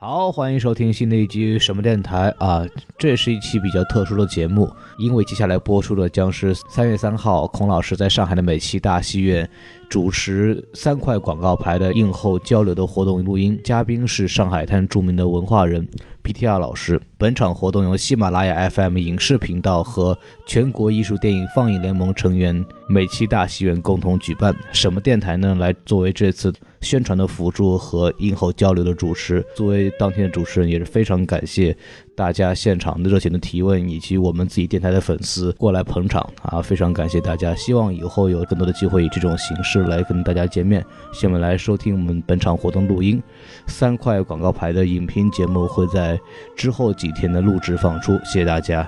好，欢迎收听新的一集什么电台啊！这是一期比较特殊的节目，因为接下来播出的将是3月3号孔老师在上海的美琪大戏院主持3块广告牌的映后交流的活动录音，嘉宾是上海滩著名的文化人 PTR 老师。本场活动由喜马拉雅 FM 影视频道和全国艺术电影放映联盟成员美琪大戏院共同举办。什么电台呢？来作为这次宣传的辅助和映后交流的主持。作为当天的主持人，也是非常感谢大家现场的热情的提问，以及我们自己电台的粉丝过来捧场啊，非常感谢大家。希望以后有更多的机会以这种形式来跟大家见面。下面来收听我们本场活动录音。3块广告牌的影评节目会在之后几天的录制放出，谢谢大家。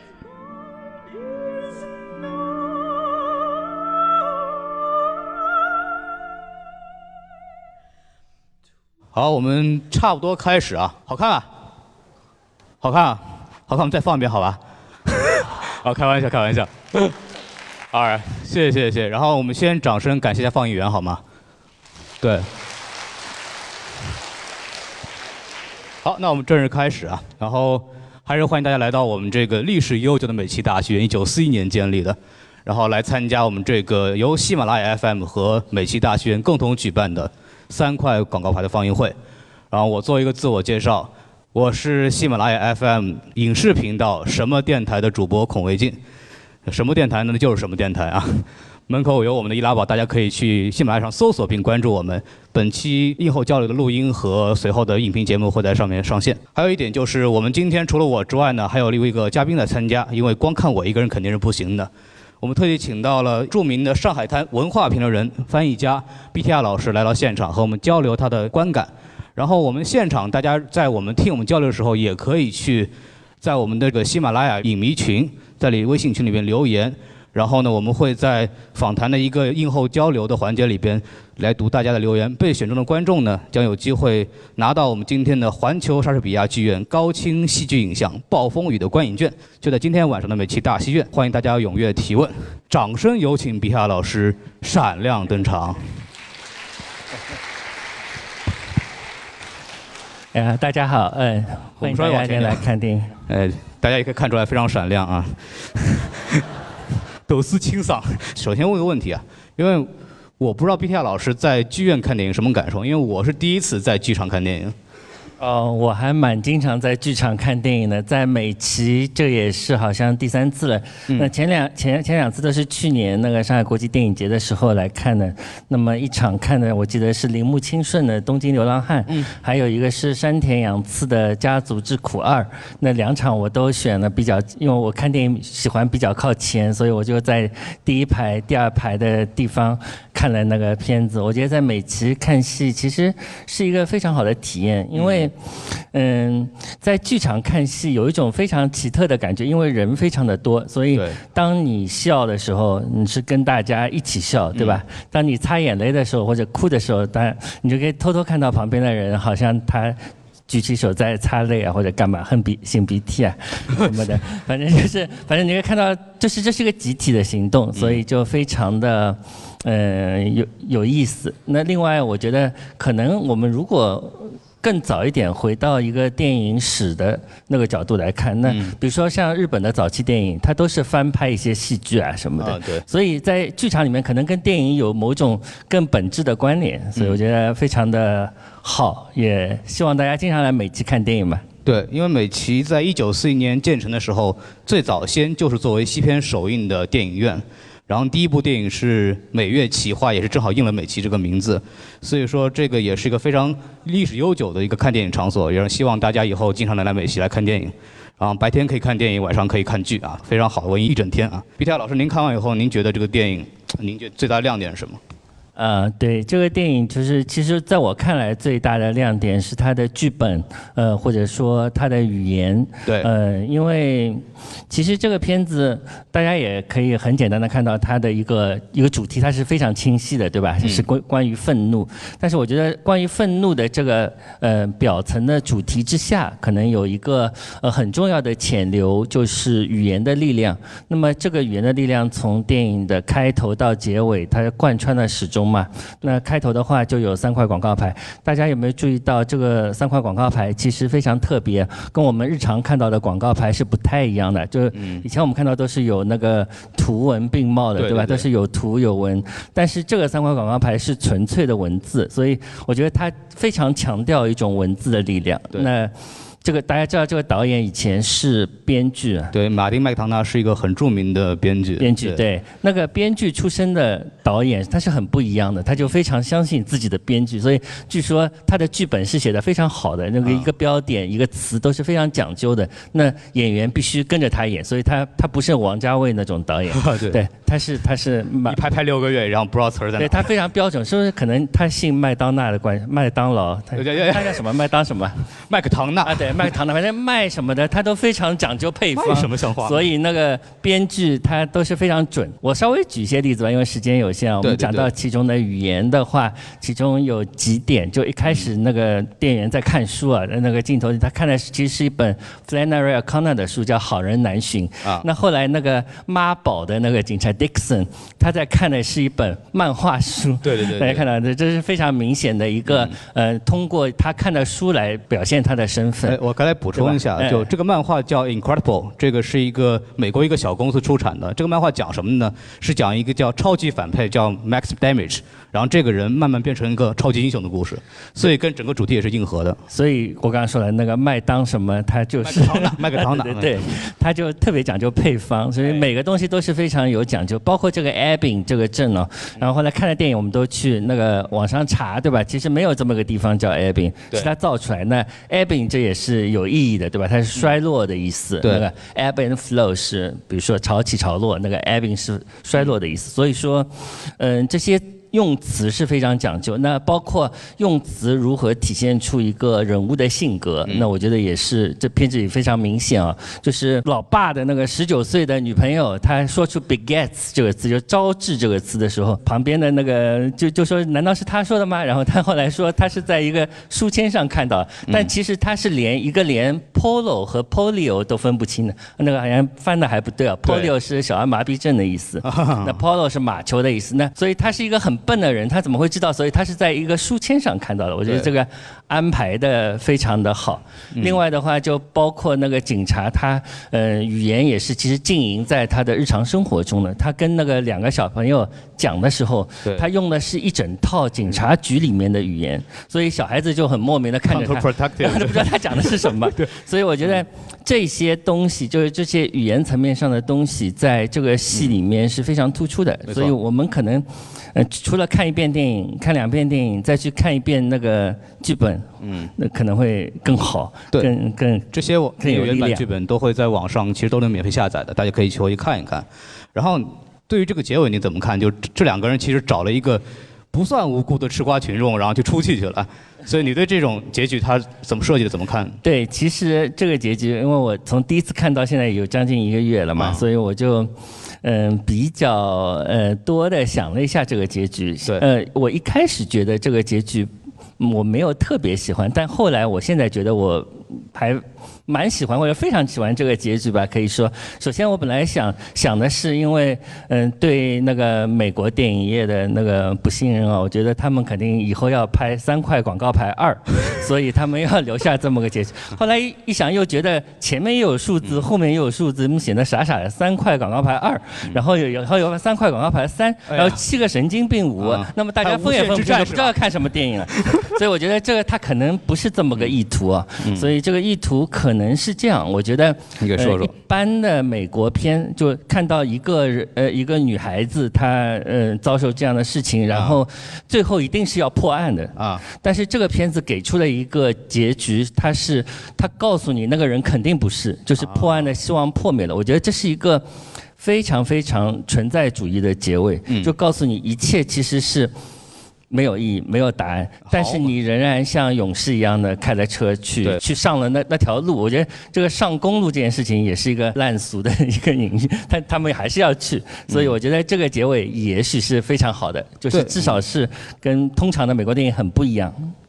好，我们差不多开始啊。好看啊，好看啊，好看，我们再放一遍好吧？好，开玩笑，开玩笑。好，谢谢。然后我们先掌声感谢一下放映员好吗？对。好，那我们正式开始啊。然后还是欢迎大家来到我们这个历史悠久的美琪大戏院，1941年建立的，然后来参加我们这个由喜马拉雅 FM 和美琪大戏院共同举办的3块广告牌的放映会。然后我做一个自我介绍，我是喜马拉雅 FM 影视频道什么电台的主播孔维进。什么电台呢？就是什么电台啊。门口有我们的易拉宝，大家可以去喜马拉雅上搜索并关注我们。本期映后交流的录音和随后的影评节目会在上面上线。还有一点就是，我们今天除了我之外呢，还有另一个嘉宾来参加，因为光看我一个人肯定是不行的。我们特地请到了著名的上海滩文化评论人、翻译家 BTR 老师来到现场，和我们交流他的观感。然后我们现场大家在我们听我们交流的时候，也可以去在我们这个喜马拉雅影迷群，在微信群里面留言。然后呢，我们会在访谈的一个映后交流的环节里边来读大家的留言。被选中的观众呢，将有机会拿到我们今天的环球莎士比亚剧院高清戏剧影像《暴风雨》的观影券，就在今天晚上的美琪大戏院。欢迎大家踊跃提问，掌声有请比亚老师闪亮登场。 大家好，欢迎大家今天来看电影。 大家也可以看出来非常闪亮啊。抖丝清嗓。首先问个问题啊，因为我不知道 BTR 老师在剧院看电影什么感受，因为我是第一次在剧场看电影。 我还蛮经常在剧场看电影的，在美琪这也是好像第3次了。那前两次都是去年那个上海国际电影节的时候来看的。那么一场看的我记得是铃木清顺的《东京流浪汉》，还有一个是山田洋次的《家族之苦2》。那2场我都选了比较，因为我看电影喜欢比较靠前，所以我就在第1排、第2排的地方看了那个片子。我觉得在美琪看戏其实是一个非常好的体验，因为在剧场看戏有一种非常奇特的感觉，因为人非常的多，所以当你笑的时候，你是跟大家一起笑，对吧？当你擦眼泪的时候或者哭的时候，当然你就可以偷偷看到旁边的人，好像他举起手在擦泪啊，或者干嘛，擤鼻涕啊什么的，反正你可以看到，这是一个集体的行动，所以就非常的有意思。那另外，我觉得可能我们如果更早一点回到一个电影史的那个角度来看，那比如说像日本的早期电影，它都是翻拍一些戏剧啊什么的，所以在剧场里面可能跟电影有某种更本质的关联，所以我觉得非常的好，也希望大家经常来美琪看电影吧。 对，因为美琪在1941年建成的时候，最早先就是作为西片首映的电影院。然后第一部电影是《美月企划》，也是正好应了美琪这个名字，所以说这个也是一个非常历史悠久的一个看电影场所，也是希望大家以后经常来美琪来看电影，然后白天可以看电影，晚上可以看剧啊，非常好，文艺一整天啊。BTR 老师，您看完以后，您觉得这个电影，您觉得最大的亮点是什么？ 对，这个电影就是其实在我看来最大的亮点是它的剧本，或者说它的语言。 对。 因为其实这个片子大家也可以很简单的看到它的一个主题，它是非常清晰的，对吧？是关于愤怒。但是我觉得关于愤怒的这个表层的主题之下，可能有一个很重要的潜流，就是语言的力量。那么这个语言的力量从电影的开头到结尾，它贯穿的始终嘛。那开头的话就有3块广告牌，大家有没有注意到这个3块广告牌其实非常特别，跟我们日常看到的广告牌是不太一样的。就是以前我们看到都是有那个图文并茂的，对吧？都是有图有文，但是这个3块广告牌是纯粹的文字，所以我觉得它非常强调一种文字的力量。那这个大家知道，这个导演以前是编剧， 对，马丁麦克唐纳是一个很著名的编剧。 对，那个编剧出身的导演，他是很不一样的，他就非常相信自己的编剧，所以据说他的剧本是写得非常好的，那个一个标点、一个词都是非常讲究的。那演员必须跟着他演，所以他不是王家卫那种导演，对，他是一拍6个月，然后不知道词儿在哪。 对，他非常标准，是不是？可能他姓麦当娜的关系，麦当劳，他叫什么？麦当什么？ 麦克唐纳啊，对。麦当娜，反正麦什么的，他都非常讲究配方。 麦什么像话？ 所以那个编剧他都是非常准。我稍微举一些例子吧，因为时间有限，我们讲到其中的语言的话，其中有几点，就一开始那个店员在看书啊，那个镜头他看的其实是一本 Flannery O'Connor 的书，叫《好人难寻》啊。那后来那个妈宝的那个警察 Dixon， 他在看的是一本漫画书。 对， 大家看到这是非常明显的一个通过他看的书来表现他的身份。 我刚才补充一下，就这个漫画叫 Incredible， 这个是一个美国一个小公司出产的。这个漫画讲什么呢？是讲一个叫超级反派叫 Max Damage， 然后这个人慢慢变成一个超级英雄的故事，所以跟整个主题也是硬核的。 所以我刚刚说了那个麦当什么，他就是麦克唐纳， 对，他就特别讲究配方，所以每个东西都是非常有讲究，包括这个 Abbing 这个镇哦。然后后来看了电影，我们都去那个网上查，对吧？其实没有这么个地方叫 Abbing， 是他造出来。那 Abbing 这也是有意义的，对吧？它是衰落的意思。 对， 那个 ebb and flow 是比如说潮起潮落，那个 ebbing 是衰落的意思。所以说，这些用词是非常讲究，那包括用词如何体现出一个人物的性格，那我觉得也是这片子里非常明显啊。就是老爸的那个19岁的女朋友，她说出 begets 这个词，就招致这个词的时候，旁边的那个就说难道是他说的吗？然后他后来说他是在一个书签上看到，但其实他是连 polo 和 polio 都分不清的，那个好像翻的还不对啊。polio 是小儿麻痹症的意思，那 polo 是马球的意思，那所以他是一个很笨的人，他怎么会知道？所以他是在一个书签上看到的。我觉得这个安排的非常的好。另外的话，就包括那个警察，他语言也是其实浸淫在他的日常生活中的。他跟那个2个小朋友讲的时候，他用的是一整套警察局里面的语言，所以小孩子就很莫名的看着他，都不知道他讲的是什么。所以我觉得这些东西，就是这些语言层面上的东西，在这个戏里面是非常突出的。所以我们可能除了看一遍电影，看2遍电影，再去看一遍那个剧本，那可能会更好，更这些原版剧本都会在网上，其实都能免费下载的，大家可以去回去看一看。然后对于这个结尾你怎么看？就这2个人其实找了一个不算无辜的吃瓜群众，然后就出气去了。所以你对这种结局他怎么设计的？怎么看？ 对，其实这个结局，因为我从第一次看到现在有将近1个月了嘛，所以我就比较多的想了一下这个结局。我一开始觉得这个结局我没有特别喜欢，但后来我现在觉得我还蛮喜欢或者非常喜欢这个结局吧，可以说。首先我本来想的是，因为对那个美国电影业的那个不信任啊，我觉得他们肯定以后要拍3块广告牌2，所以他们要留下这么个结局。后来一想又觉得前面又有数字，后面又有数字，显得傻傻的3块广告牌2，然后有3块广告牌3，然后7个神经病5，那么大家分也分不清，不知道看什么电影了。所以我觉得这个他可能不是这么个意图啊，所以这个意图可能是这样。我觉得你给说说， 一般的美国片就看到一个女孩子她遭受这样的事情，然后最后一定是要破案的啊。但是这个片子给出了一个结局，他告诉你那个人肯定不是，就是破案的希望破灭了。我觉得这是一个非常非常存在主义的结尾，就告诉你一切其实是没有意义，没有答案，但是你仍然像勇士一样的开了车去上了那条路。我觉得这个上公路这件事情也是一个烂俗的一个隐喻，但他们还是要去，所以我觉得这个结尾也许是非常好的，就是至少是跟通常的美国电影很不一样。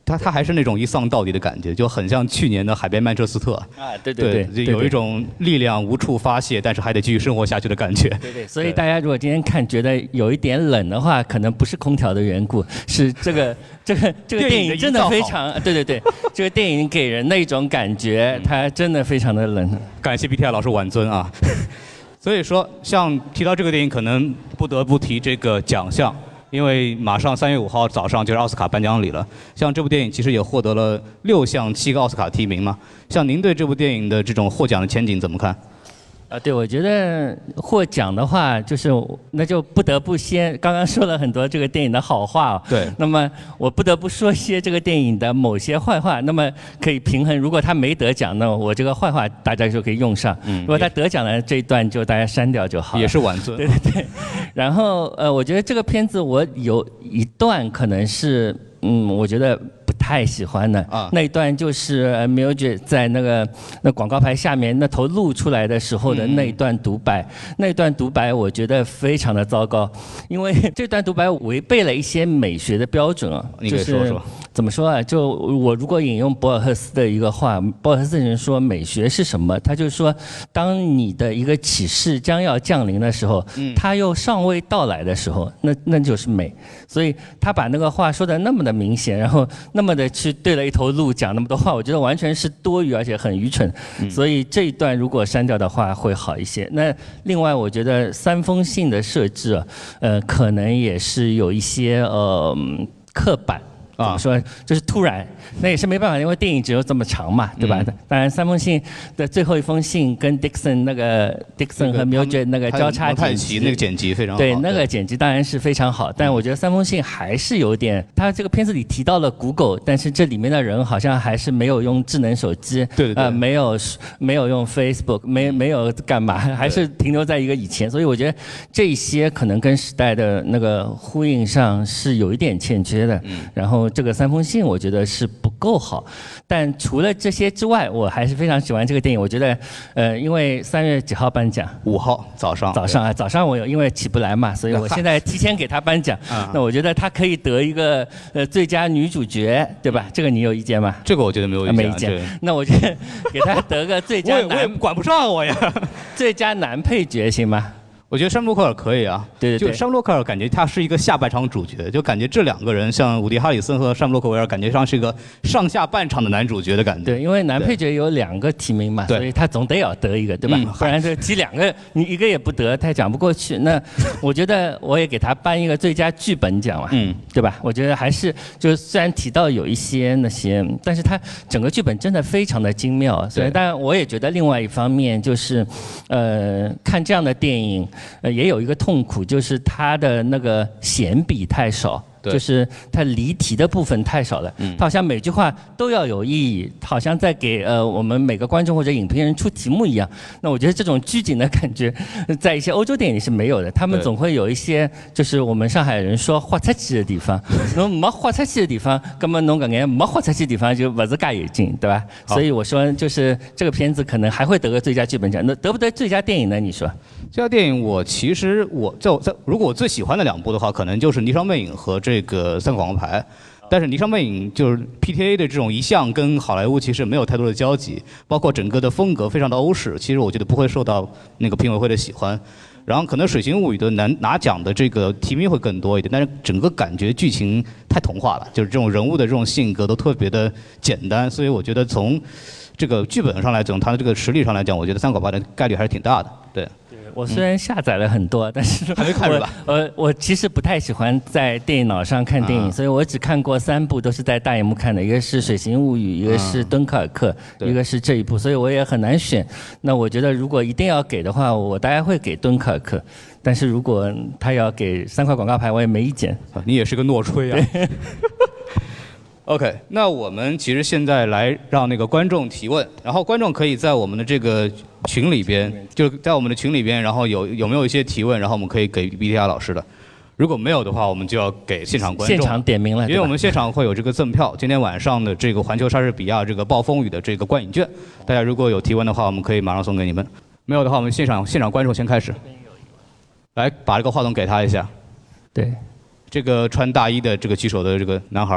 它还是那种一丧到底的感觉，就很像去年的《海边曼彻斯特》 啊，对， 就有一种力量无处发泄，但是还得继续生活下去的感觉。 对，所以大家如果今天看觉得有一点冷的话，可能不是空调的缘故，是这个电影真的非常，对，这个电影给人的一种感觉，它真的非常的冷。 感谢 BTI 老师晚尊啊。所以说，像提到这个电影，可能不得不提这个奖项。因为马上3月5号早上就是奥斯卡颁奖礼了，像这部电影其实也获得了6项7个奥斯卡提名嘛。像您对这部电影的这种获奖的前景怎么看？ 对，我觉得获奖的话，那就不得不刚刚说了很多这个电影的好话， 对。 那么我不得不说一些这个电影的某些坏话，那么可以平衡。如果他没得奖，那我这个坏话大家就可以用上；如果他得奖了，这一段就大家删掉就好了。 也是晚尊。 对。然后我觉得这个片子我有一段可能是我觉得不太喜欢的那一段，就是 Mildred 在那广告牌下面那头露出来的时候的那一段独白，那一段独白我觉得非常的糟糕，因为这段独白违背了一些美学的标准啊。 你可以说说。 怎么说啊？就我如果引用博尔赫斯的一个话，博尔赫斯人说美学是什么？他就是说，当你的一个启示将要降临的时候，它又尚未到来的时候，那就是美。所以他把那个话说的那么的明显，然后那么的去对了一头鹿讲那么多话，我觉得完全是多余而且很愚蠢。所以这一段如果删掉的话会好一些。那另外我觉得3封信的设置，可能也是有一些刻板。怎么说？就是突然，那也是没办法，因为电影只有这么长嘛，对吧？当然，3封信的最后一封信跟 Dixon 和 Mildred 那个交叉剪辑， 那个剪辑非常好。 对，那个剪辑当然是非常好，但我觉得3封信还是有点，他这个片子里提到了 Google， 但是这里面的人好像还是没有用智能手机， 对， 没有用 Facebook， 没有干嘛，还是停留在一个以前，所以我觉得这些可能跟时代的那个呼应上是有一点欠缺的。然后这个3封信我觉得是不够好，但除了这些之外，我还是非常喜欢这个电影。我觉得，因为3月几号颁奖 ？5号早上。 早上我因为起不来嘛，所以我现在提前给他颁奖。那我觉得他可以得一个最佳女主角，对吧？这个你有意见吗？ 这个我觉得没有意见。 没意见。那我觉得给他得个最佳我也管不上我呀。 最佳男配角行吗？ 我觉得山姆·洛克尔可以啊， 对， 就山姆·洛克尔感觉他是一个下半场主角，就感觉这2个人像伍迪·哈里森和山姆·洛克维尔，感觉上是一个上下半场的男主角的感觉。 对，因为男配角有2个提名嘛，所以他总得要得一个，对吧？不然这提2个，你一个也不得，他讲不过去。那我觉得我也给他颁一个最佳剧本奖嘛，对吧？我觉得还是就虽然提到有一些那些，但是他整个剧本真的非常的精妙。所以，当然我也觉得另外一方面就是，看这样的电影。也有一个痛苦，就是它的那个闲笔太少。就是它离题的部分太少了，它好像每句话都要有意义，好像在给我们每个观众或者影评人出题目一样。那我觉得这种拘谨的感觉，在一些欧洲电影里是没有的。他们总会有一些，就是我们上海人说豁出去的地方，侬没豁出去的地方，根本侬搿眼没豁出去的地方就不是介有劲，对吧？所以我说，就是这个片子可能还会得个最佳剧本奖，那得不得最佳电影呢？你说？ 最佳电影其实如果我最喜欢的2部的话，可能就是《霓裳魅影》和这个3个广告牌。但是《霓裳魅影》就是 PTA 的这种一向跟好莱坞其实没有太多的交集，包括整个的风格非常的欧式，其实我觉得不会受到那个评委会的喜欢。然后可能《水形物语》的拿奖的这个提名会更多一点，但是整个感觉剧情太童话了，就是这种人物的这种性格都特别的简单，所以我觉得从这个剧本上来讲，它的这个实力上来讲，我觉得3个广告牌的概率还是挺大的，对。 我虽然下载了很多，但是还没看是吧？ 我其实不太喜欢在电影脑上看电影，所以我只看过3部，都是在大荧幕看的，一个是《水形物语》，一个是《敦刻尔克》，一个是这一部，所以我也很难选。那我觉得如果一定要给的话，我大概会给《敦刻尔克》，但是如果他要给3块广告牌，我也没意见。 你也是个诺吹啊。OK， 那我们其实现在来让那个观众提问，然后观众可以在我们的这个群里边，就是在我们的群里边，然后有没有一些提问，然后我们可以给 BTR 老师的。如果没有的话，我们就要给现场观众现场点名了， 因为我们现场会有这个赠票，今天晚上的这个环球莎士比亚这个暴风雨的这个观影券，大家如果有提问的话，我们可以马上送给你们。没有的话，我们现场观众先开始，来把这个话筒给他一下。 对， 这个穿大衣的这个举手的这个男孩。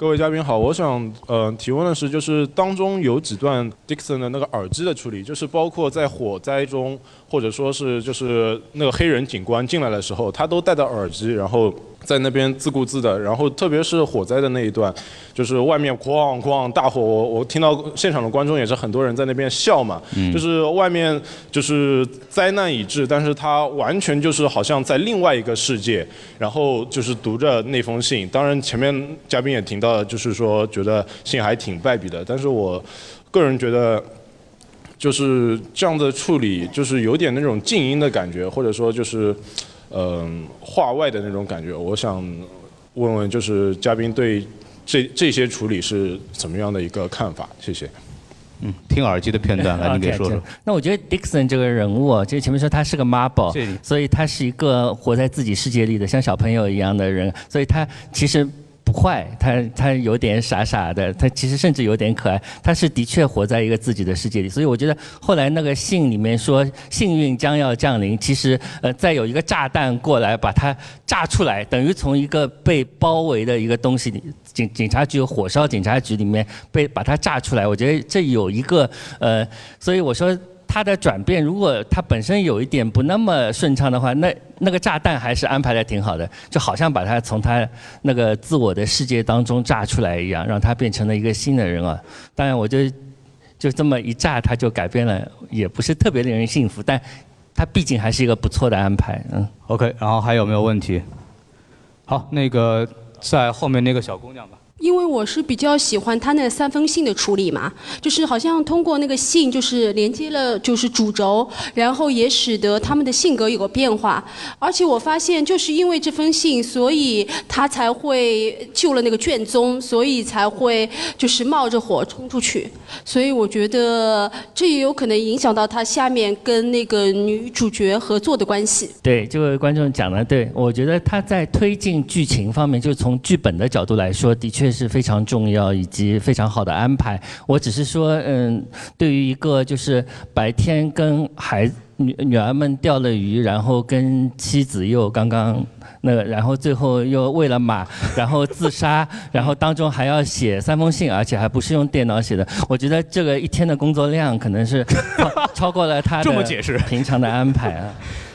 各位嘉宾好，我想提问的是，就是当中有几段 Dixon 的那个耳机的处理，就是包括在火灾中，或者说是就是那个黑人警官进来的时候，他都戴着耳机，然后在那边自顾自的，然后特别是火灾的那一段，就是外面哐哐大火，我听到现场的观众也是很多人在那边笑嘛，就是外面就是灾难已至，但是他完全就是好像在另外一个世界，然后就是读着那封信。当然前面嘉宾也提到，就是说觉得信还挺败笔的，但是我个人觉得。就是这样的处理，就是有点那种静音的感觉，或者说就是，话外的那种感觉。我想问问，就是嘉宾对这些处理是怎么样的一个看法？谢谢。 听耳机的片段，来你给说说。 那我觉得 Dixon 这个人物，就是前面说他是个妈宝，所以他是一个活在自己世界里的像小朋友一样的人，所以他其实。不坏，他有点傻傻的，他其实甚至有点可爱，他是的确活在一个自己的世界里，所以我觉得后来那个信里面说幸运将要降临，其实再有一个炸弹过来把它炸出来，等于从一个被包围的一个东西里，警察局火烧警察局里面把它炸出来，我觉得这有一个所以我说。他的转变，如果他本身有一点不那么顺畅的话，那个炸弹还是安排的挺好的，就好像把他从他那个自我的世界当中炸出来一样，让他变成了一个新的人啊。当然，我就这么一炸，他就改变了，也不是特别令人信服，但他毕竟还是一个不错的安排。 OK， 然后还有没有问题？好，那个在后面那个小姑娘吧。 因为我是比较喜欢他那3封信的处理嘛，就是好像通过那个信，就是连接了就是主轴，然后也使得他们的性格有个变化。而且我发现，就是因为这封信，所以他才会救了那个卷宗，所以才会就是冒着火冲出去。所以我觉得这也有可能影响到他下面跟那个女主角合作的关系。 对，这位观众讲的对，我觉得他在推进剧情方面，就从剧本的角度来说，的确是非常重要以及非常好的安排。我只是说，对于一个就是白天跟女儿们钓了鱼，然后跟妻子又刚刚那个，然后最后又为了马，然后自杀，然后当中还要写3封信，而且还不是用电脑写的。我觉得这个一天的工作量可能是超过了他的平常的安排啊。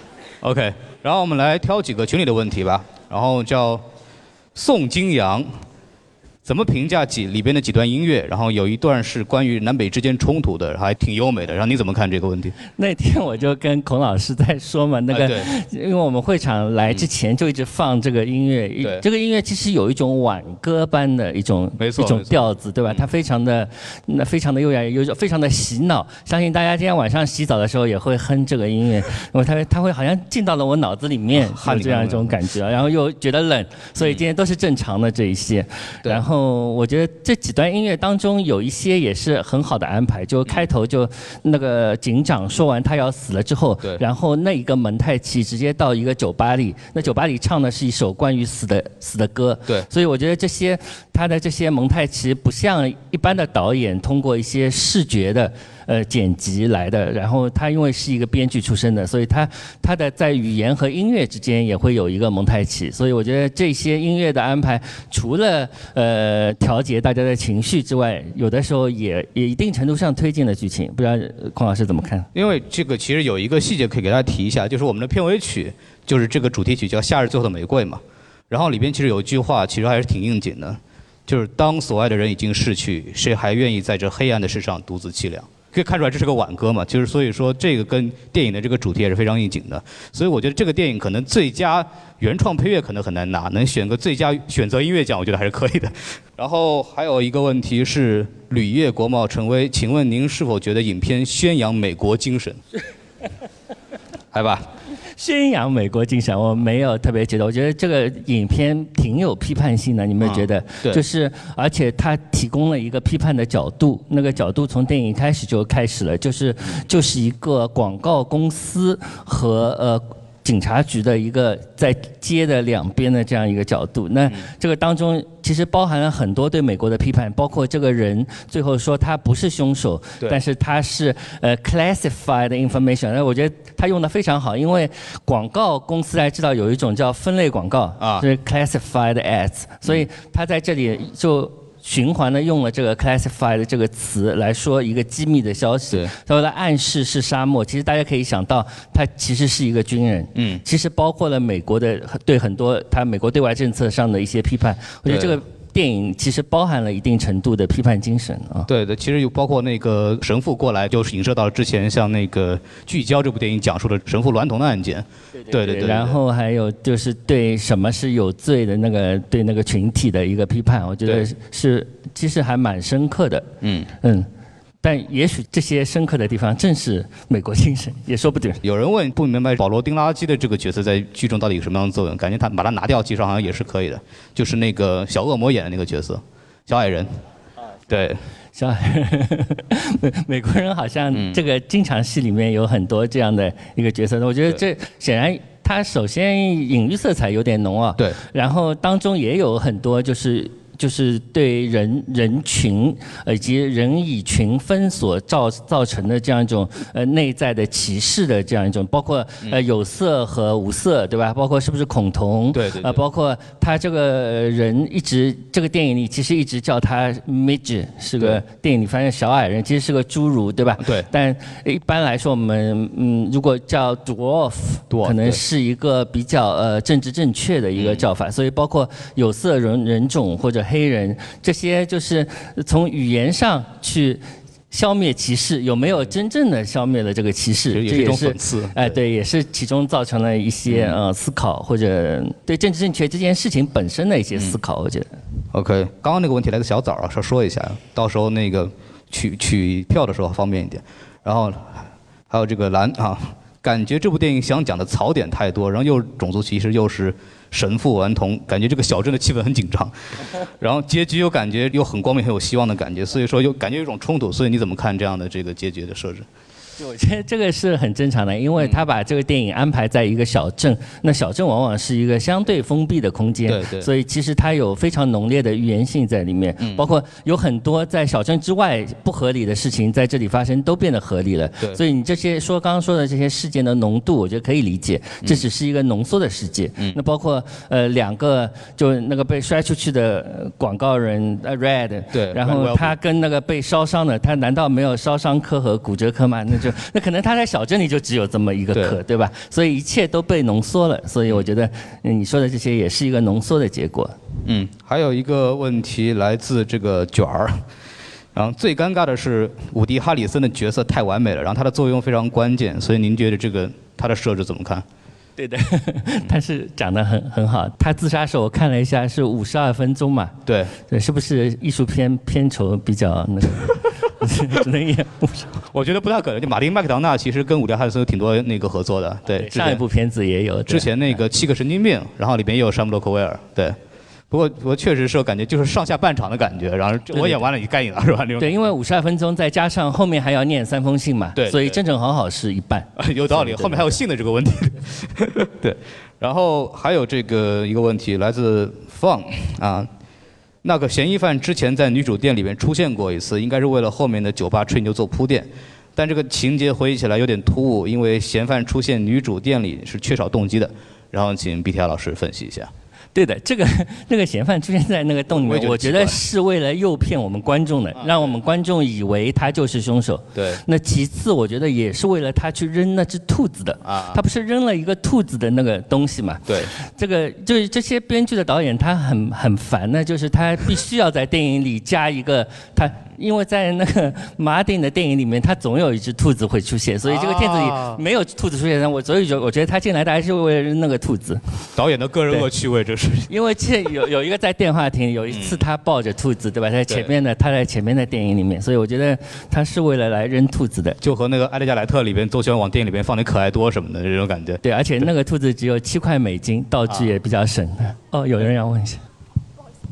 OK， 然后我们来挑几个群里的问题吧。然后叫宋金阳。怎么评价里边的几段音乐？然后有一段是关于南北之间冲突的，还挺优美的。然后你怎么看这个问题？ 那天我就跟孔老师在说嘛，那个，因为我们会场来之前就一直放这个音乐，这个音乐其实有一种挽歌般的一种调子，对吧？它非常的优雅，有一种非常的洗脑。相信大家今天晚上洗澡的时候也会哼这个音乐，因为它会好像进到了我脑子里面，有这样一种感觉。然后又觉得冷，所以今天都是正常的这一些，然后。我觉得这几段音乐当中有一些也是很好的安排，就开头就那个警长说完他要死了之后，然后那一个蒙太奇直接到一个酒吧里，那酒吧里唱的是一首关于死的歌， 对， 所以我觉得他的这些蒙太奇不像一般的导演通过一些视觉的剪辑来的，然后他因为是一个编剧出身的，所以他的在语言和音乐之间也会有一个蒙太奇，所以我觉得这些音乐的安排除了调节大家的情绪之外，有的时候也一定程度上推进了剧情。不知道孔老师怎么看？ 因为这个其实有一个细节可以给大家提一下，就是我们的片尾曲就是这个主题曲叫《夏日最后的玫瑰》嘛，然后里边其实有一句话其实还是挺应景的，就是当所爱的人已经逝去，谁还愿意在这黑暗的世上独自凄凉？可以看出来这是个挽歌嘛，就是所以说这个跟电影的这个主题也是非常应景的，所以我觉得这个电影可能最佳原创配乐可能很难拿，能选个最佳选择音乐奖，我觉得还是可以的。然后还有一个问题是吕叶国贸陈威，请问您是否觉得影片宣扬美国精神？来吧。 宣扬美国精神，我没有特别觉得，我觉得这个影片挺有批判性的，你们觉得？ 对。 就是而且它提供了一个批判的角度，那个角度从电影开始就开始了，就是一个广告公司和警察局的一个在街的两边的这样一个角度。那这个当中其实包含了很多对美国的批判，包括这个人最后说他不是凶手，但是他是classified information。那我觉得他用的非常好，因为广告公司还知道有一种叫分类广告就是 classified ads，所以他在这里就循环的用了这个 classified 这个词来说一个机密的消息，他为了暗示是沙漠，其实大家可以想到他其实是一个军人，其实包括了美国的对很多他美国对外政策上的一些批判，我觉得这个电影其实包含了一定程度的批判精神啊。 对的，其实有包括那个神父过来，就是影射到之前像那个《聚焦》这部电影讲述的神父娈童的案件。对。 然后还有就是对什么是有罪的那个对那个群体的一个批判，我觉得是其实还蛮深刻的。但也许这些深刻的地方正是美国精神，也说不定。 有人问不明白保罗·丁拉基的这个角色在剧中到底有什么样的作用？感觉他把他拿掉，其实好像也是可以的。就是那个小恶魔演的那个角色，小矮人。对， 小矮人。美国人好像这个经常戏里面有很多这样的一个角色，我觉得这显然他首先隐喻色彩有点浓啊。 对。 然后当中也有很多就是对人群以及人以群分所造成的这样一种内在的歧视的这样一种，包括有色和无色，对吧？包括是不是恐同？ 对。 包括他这个人一直这个电影里其实一直叫他 midget， 是个电影里发现小矮人，其实是个侏儒，对吧？ 对。 但一般来说我们如果叫 dwarf， 可能是一个比较政治正确的一个叫法，所以包括有色人种或者黑人，这些就是从语言上去消灭歧视，有没有真正的消灭了这个歧视？ 这也是一种讽刺。 对，也是其中造成了一些思考，或者对政治正确这件事情本身的一些思考，我觉得。 OK， 刚刚那个问题来自小枣啊，说一下，到时候那个取票的时候方便一点。然后还有这个蓝啊，感觉这部电影想讲的槽点太多，然后又种族歧视，又是神父娈童，感觉这个小镇的气氛很紧张，然后结局又感觉又很光明很有希望的感觉，所以说又感觉有一种冲突。所以你怎么看这样的这个结局的设置？ 我觉得这个是很正常的，因为他把这个电影安排在一个小镇，那小镇往往是一个相对封闭的空间， 对， 所以其实它有非常浓烈的预言性在里面，包括有很多在小镇之外不合理的事情在这里发生都变得合理了，所以你这些刚刚说的这些事件的浓度，我觉得可以理解，这只是一个浓缩的世界。那包括两个就那个被摔出去的广告人Red， 对， 然后他跟那个被烧伤的，他难道没有烧伤科和骨折科吗？那可能他在小镇里就只有这么一个科，对吧？所以一切都被浓缩了。所以我觉得你说的这些也是一个浓缩的结果。 还有一个问题来自这个卷儿，然后最尴尬的是伍迪·哈里森的角色太完美了，然后他的作用非常关键，所以您觉得这个他的设置怎么看？ 对的，他是讲得很好。他自杀时候我看了一下是52分钟嘛， 对， 是不是艺术片酬比较那个？只能演我觉得不太可能。就马丁·麦克唐纳其实跟伍迪·哈里森有挺多那个合作的，对， 上一部片子也有。 之前那个7个神经病，然后里面也有山姆·洛克威尔，对。不过我确实是感觉就是上下半场的感觉，然后我演完了你该你了是吧？ 对，因为52分钟再加上后面还要念3封信嘛， 对， 所以正好是一半。 有道理，后面还有信的这个问题。对，然后还有这个一个问题来自 Fun 啊。那个嫌疑犯之前在女主店里面出现过一次，应该是为了后面的酒吧吹牛做铺垫，但这个情节回忆起来有点突兀，因为嫌犯出现女主店里是缺少动机的。然后请 BTR 老师分析一下。 对的，那个嫌犯出现在那个洞里面，我觉得是为了诱骗我们观众的，让我们观众以为他就是凶手。 对。 那其次，我觉得也是为了他去扔那只兔子的。啊。他不是扔了一个兔子的那个东西嘛？ 对。 这个就是这些编剧的导演他很烦呢，就是他必须要在电影里加一个他。因为在那个马丁的电影里面，他总有一只兔子会出现，所以这个片子里没有兔子出现，所以我觉得他进来大概是为了扔那个兔子。 导演的个人恶趣味，这是。 因为有一个在电话亭，有一次他抱着兔子，对吧？他在前面的电影里面，所以我觉得他是为了来扔兔子的。 就和那个《艾丽加莱特》里边，都喜欢往电影里边放点可爱多什么的这种感觉。 对，而且那个兔子只有7块美金，道具也比较省。哦，有人要问一下。 不好意思，他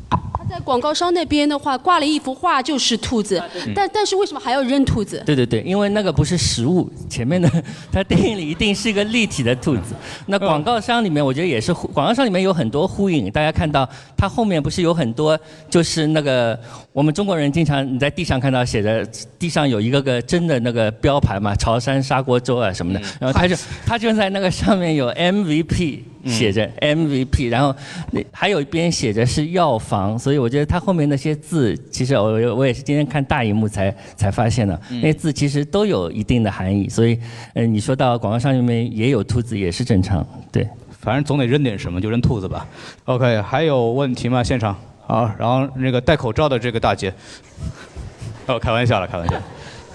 在广告商那边的话，挂了一幅画就是兔子，但是为什么还要扔兔子？ 对对对，因为那个不是实物，前面的它电影里一定是一个立体的兔子。那广告商里面，我觉得也是广告商里面有很多呼应。大家看到它后面不是有很多，就是那个我们中国人经常你在地上看到写着，地上有一个个真的那个标牌嘛，潮汕砂锅粥啊什么的，然后他就在那个上面有 MVP。写着 MVP， 然后还有一边写着是药房，所以我觉得它后面那些字，其实我也是今天看大荧幕才发现的，那些字其实都有一定的含义，所以你说到广告商里面也有兔子也是正常，对。 反正总得扔点什么，就扔兔子吧。OK， 还有问题吗？现场？好，然后那个戴口罩的这个大姐，开玩笑了，开玩笑。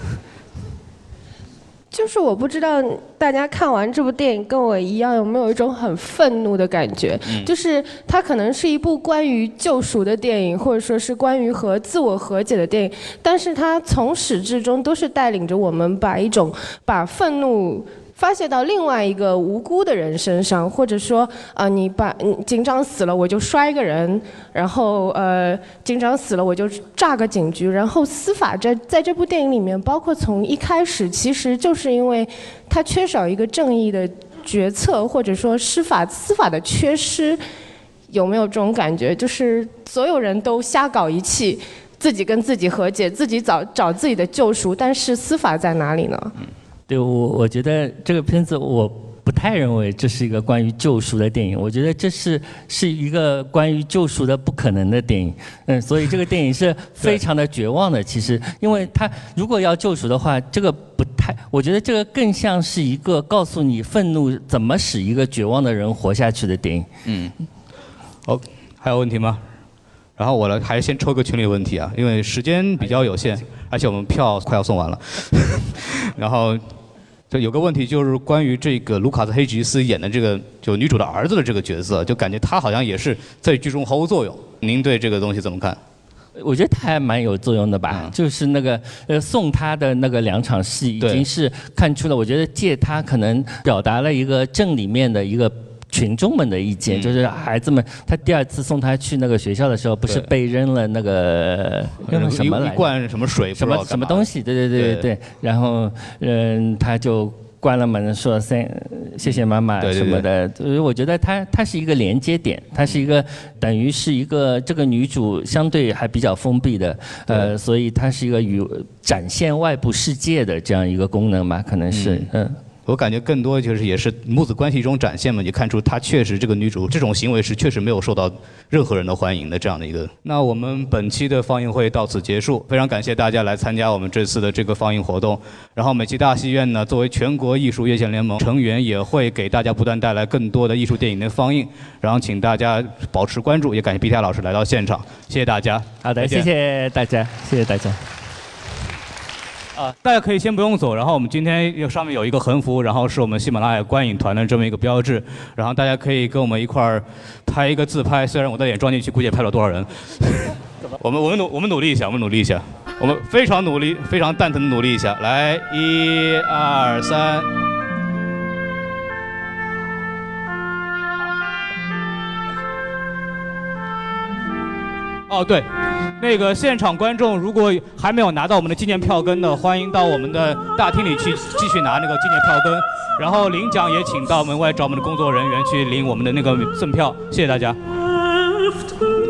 就是我不知道大家看完这部电影跟我一样有没有一种很愤怒的感觉，就是它可能是一部关于救赎的电影，或者说是关于和自我和解的电影，但是它从始至终都是带领着我们把愤怒发泄到另外一个无辜的人身上，或者说你警长死了我就摔个人，然后警长死了我就炸个警局，然后司法在这部电影里面，包括从一开始，其实就是因为它缺少一个正义的决策，或者说司法的缺失，有没有这种感觉？就是所有人都瞎搞一气，自己跟自己和解，自己找自己的救赎，但是司法在哪里呢？ 对，我觉得这个片子我不太认为这是一个关于救赎的电影，我觉得这是一个关于救赎的不可能的电影，所以这个电影是非常的绝望的。其实，因为它如果要救赎的话，这个不太，我觉得这个更像是一个告诉你愤怒怎么使一个绝望的人活下去的电影。 还有问题吗？然后我还是先抽个群里的问题啊，因为时间比较有限，而且我们票快要送完了。然后就有个问题，就是关于这个卢卡斯·黑吉斯演的这个就女主的儿子的这个角色，就感觉他好像也是在剧中毫无作用。您对这个东西怎么看？ 我觉得他还蛮有作用的吧，就是那个送他的那个2场戏，已经是看出了，我觉得借他可能表达了一个镇里面的一个群众们的意见，就是孩子们，他第2次送他去那个学校的时候，不是被扔了那个扔了什么来？ 一罐什么水？ 什么东西？对。然后他就关了门，说谢谢妈妈什么的。我觉得他是一个连接点，他是一个等于是一个这个女主相对还比较封闭的，所以它是一个展现外部世界的这样一个功能吧，可能是我感觉更多就是也是母子关系中展现嘛，你看出她确实这个女主这种行为是确实没有受到任何人的欢迎的这样的一个。那我们本期的放映会到此结束，非常感谢大家来参加我们这次的这个放映活动。然后美琪大戏院呢，作为全国艺术院线联盟成员，也会给大家不断带来更多的艺术电影的放映。然后请大家保持关注，也感谢 BTI 老师来到现场，谢谢大家。 好的，谢谢大家，谢谢大家。 大家可以先不用走，然后我们今天上面有一个横幅，然后是我们喜马拉雅观影团的这么一个标志，然后大家可以跟我们一块儿拍一个自拍，虽然我的脸装进去，估计也拍不了多少人。我们努力一下，我们非常努力，非常蛋疼的努力一下，来，1、2、3。对。那个现场观众如果还没有拿到我们的纪念票根的，欢迎到我们的大厅里去继续拿那个纪念票根，然后领奖也请到门外找我们的工作人员去领我们的那个赠票，谢谢大家。